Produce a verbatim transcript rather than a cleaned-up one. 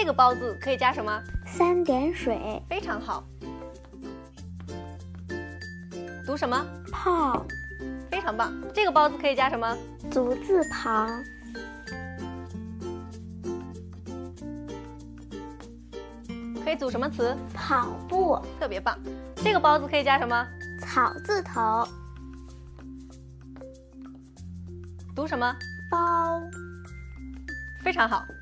个包字可以加什么？ 三点水。 非常好。读什么？ 炮。 非常棒。这个包字可以加什么？ 足字旁。 可以组什么词？ 跑步。 特别棒。这个包字可以加什么？ 草字头。 读什么？ 包。 非常好。